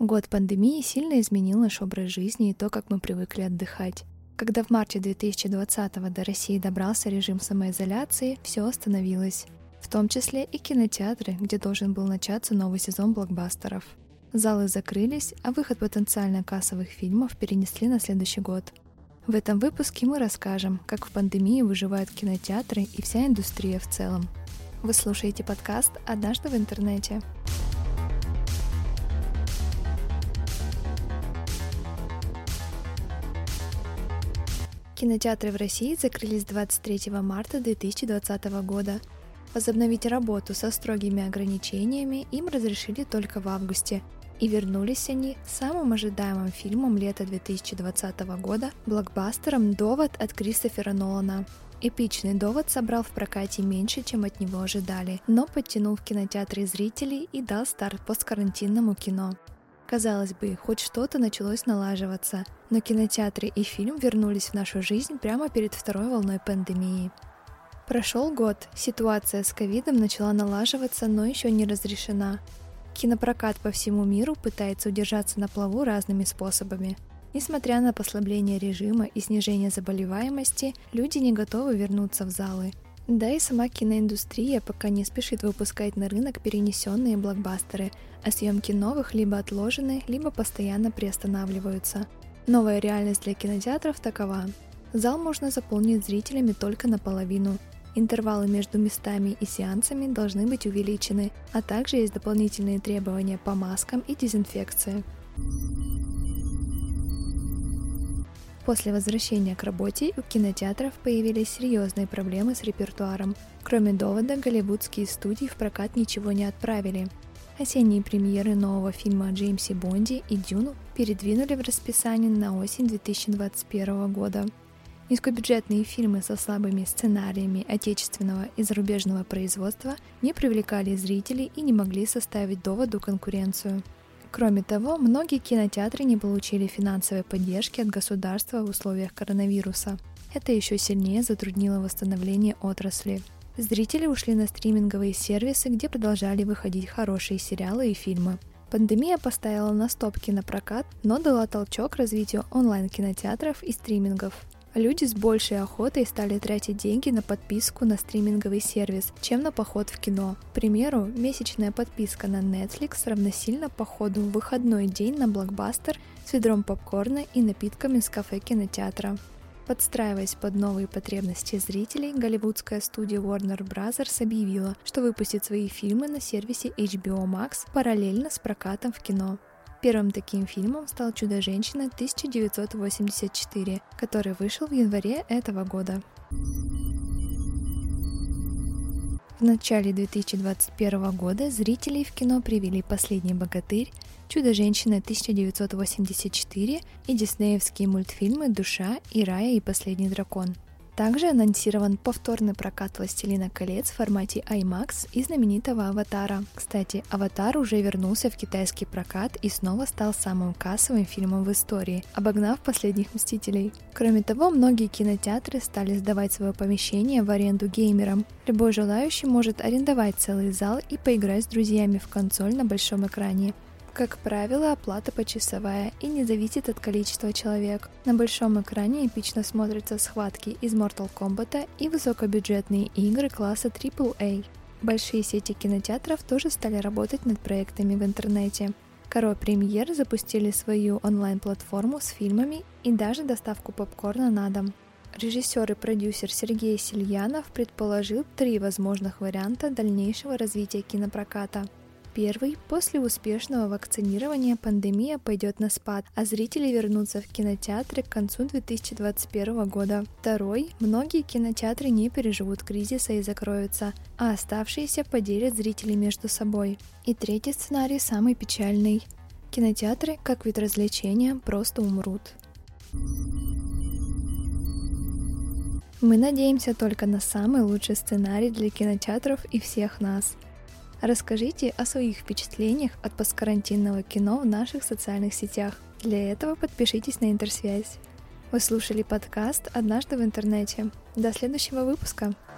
Год пандемии сильно изменил наш образ жизни и то, как мы привыкли отдыхать. Когда в марте 2020-го до России добрался режим самоизоляции, все остановилось. В том числе и кинотеатры, где должен был начаться новый сезон блокбастеров. Залы закрылись, а выход потенциально кассовых фильмов перенесли на следующий год. В этом выпуске мы расскажем, как в пандемии выживают кинотеатры и вся индустрия в целом. Вы слушаете подкаст «Однажды в интернете». Кинотеатры в России закрылись 23 марта 2020 года. Возобновить работу со строгими ограничениями им разрешили только в августе, и вернулись они с самым ожидаемым фильмом лета 2020 года – блокбастером «Довод» от Кристофера Нолана. Эпичный «Довод» собрал в прокате меньше, чем от него ожидали, но подтянул в кинотеатры зрителей и дал старт посткарантинному кино. Казалось бы, хоть что-то началось налаживаться, но кинотеатры и фильм вернулись в нашу жизнь прямо перед второй волной пандемии. Прошел год, ситуация с ковидом начала налаживаться, но еще не разрешена. Кинопрокат по всему миру пытается удержаться на плаву разными способами. Несмотря на послабление режима и снижение заболеваемости, люди не готовы вернуться в залы. Да и сама киноиндустрия пока не спешит выпускать на рынок перенесенные блокбастеры, а съемки новых либо отложены, либо постоянно приостанавливаются. Новая реальность для кинотеатров такова. Зал можно заполнить зрителями только наполовину. Интервалы между местами и сеансами должны быть увеличены, а также есть дополнительные требования по маскам и дезинфекции. После возвращения к работе у кинотеатров появились серьезные проблемы с репертуаром. Кроме «Довода», голливудские студии в прокат ничего не отправили. Осенние премьеры нового фильма о Джеймсе Бонде и «Дюну» передвинули в расписание на осень 2021 года. Низкобюджетные фильмы со слабыми сценариями отечественного и зарубежного производства не привлекали зрителей и не могли составить «Доводу» конкуренцию. Кроме того, многие кинотеатры не получили финансовой поддержки от государства в условиях коронавируса. Это еще сильнее затруднило восстановление отрасли. Зрители ушли на стриминговые сервисы, где продолжали выходить хорошие сериалы и фильмы. Пандемия поставила на стоп кинопрокат, но дала толчок развитию онлайн-кинотеатров и стримингов. Люди с большей охотой стали тратить деньги на подписку на стриминговый сервис, чем на поход в кино. К примеру, месячная подписка на Netflix равносильна походу в выходной день на блокбастер с ведром попкорна и напитками из кафе кинотеатра. Подстраиваясь под новые потребности зрителей, голливудская студия Warner Bros. Объявила, что выпустит свои фильмы на сервисе HBO Max параллельно с прокатом в кино. Первым таким фильмом стал «Чудо-женщина» 1984, который вышел в январе этого года. В начале 2021 года зрителей в кино привели «Последний богатырь», «Чудо-женщина» 1984 и диснеевские мультфильмы «Душа» и «Рая и последний дракон». Также анонсирован повторный прокат «Властелина колец» в формате IMAX и знаменитого «Аватара». Кстати, «Аватар» уже вернулся в китайский прокат и снова стал самым кассовым фильмом в истории, обогнав «Последних мстителей». Кроме того, многие кинотеатры стали сдавать свое помещение в аренду геймерам. Любой желающий может арендовать целый зал и поиграть с друзьями в консоль на большом экране. Как правило, оплата почасовая и не зависит от количества человек. На большом экране эпично смотрятся схватки из Mortal Kombat и высокобюджетные игры класса AAA. Большие сети кинотеатров тоже стали работать над проектами в интернете. Каро Премьер запустили свою онлайн-платформу с фильмами и даже доставку попкорна на дом. Режиссер и продюсер Сергей Сельянов предположил 3 возможных варианта дальнейшего развития кинопроката. Первый – после успешного вакцинирования пандемия пойдет на спад, а зрители вернутся в кинотеатры к концу 2021 года. Второй – многие кинотеатры не переживут кризиса и закроются, а оставшиеся поделят зрителей между собой. И третий сценарий самый печальный. Кинотеатры, как вид развлечения, просто умрут. Мы надеемся только на самый лучший сценарий для кинотеатров и всех нас. Расскажите о своих впечатлениях от посткарантинного кино в наших социальных сетях. Для этого подпишитесь на Интерсвязь. Вы слушали подкаст «Однажды в интернете». До следующего выпуска!